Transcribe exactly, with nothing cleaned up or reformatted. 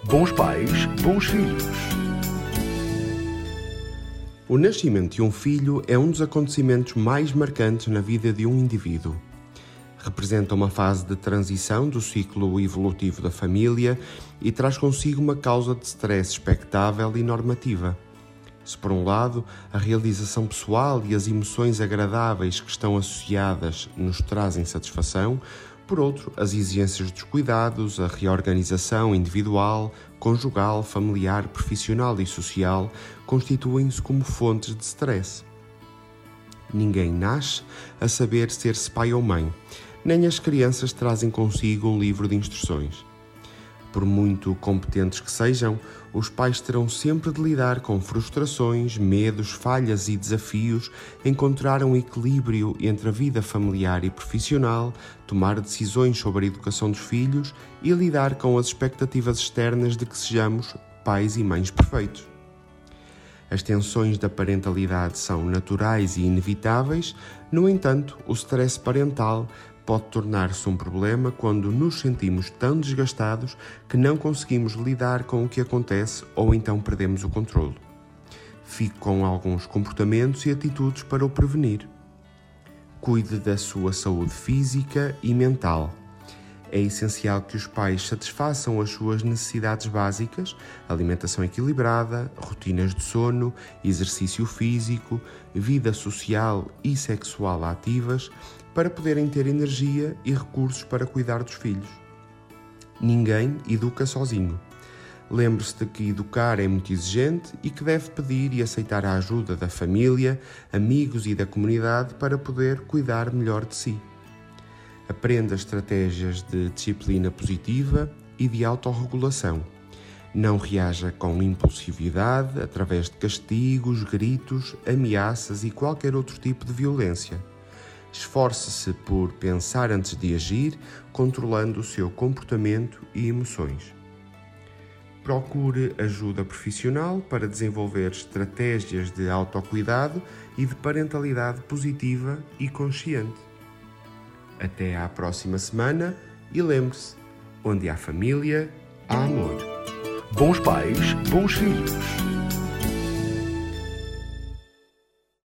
Bons pais, bons filhos. O nascimento de um filho é um dos acontecimentos mais marcantes na vida de um indivíduo. Representa uma fase de transição do ciclo evolutivo da família e traz consigo uma causa de stress expectável e normativa. Se por um lado, a realização pessoal e as emoções agradáveis que estão associadas nos trazem satisfação, por outro, as exigências dos cuidados, a reorganização individual, conjugal, familiar, profissional e social constituem-se como fontes de stress. Ninguém nasce a saber ser-se pai ou mãe, nem as crianças trazem consigo um livro de instruções. Por muito competentes que sejam, os pais terão sempre de lidar com frustrações, medos, falhas e desafios, encontrar um equilíbrio entre a vida familiar e profissional, tomar decisões sobre a educação dos filhos e lidar com as expectativas externas de que sejamos pais e mães perfeitos. As tensões da parentalidade são naturais e inevitáveis, no entanto, o stress parental pode tornar-se um problema quando nos sentimos tão desgastados que não conseguimos lidar com o que acontece ou então perdemos o controle. Fique com alguns comportamentos e atitudes para o prevenir. Cuide da sua saúde física e mental. É essencial que os pais satisfaçam as suas necessidades básicas, alimentação equilibrada, rotinas de sono, exercício físico, vida social e sexual ativas, para poderem ter energia e recursos para cuidar dos filhos. Ninguém educa sozinho. Lembre-se de que educar é muito exigente e que deve pedir e aceitar a ajuda da família, amigos e da comunidade para poder cuidar melhor de si. Aprenda estratégias de disciplina positiva e de autorregulação. Não reaja com impulsividade através de castigos, gritos, ameaças e qualquer outro tipo de violência. Esforce-se por pensar antes de agir, controlando o seu comportamento e emoções. Procure ajuda profissional para desenvolver estratégias de autocuidado e de parentalidade positiva e consciente. Até à próxima semana e lembre-se, onde há família, há amor. Bons pais, bons filhos.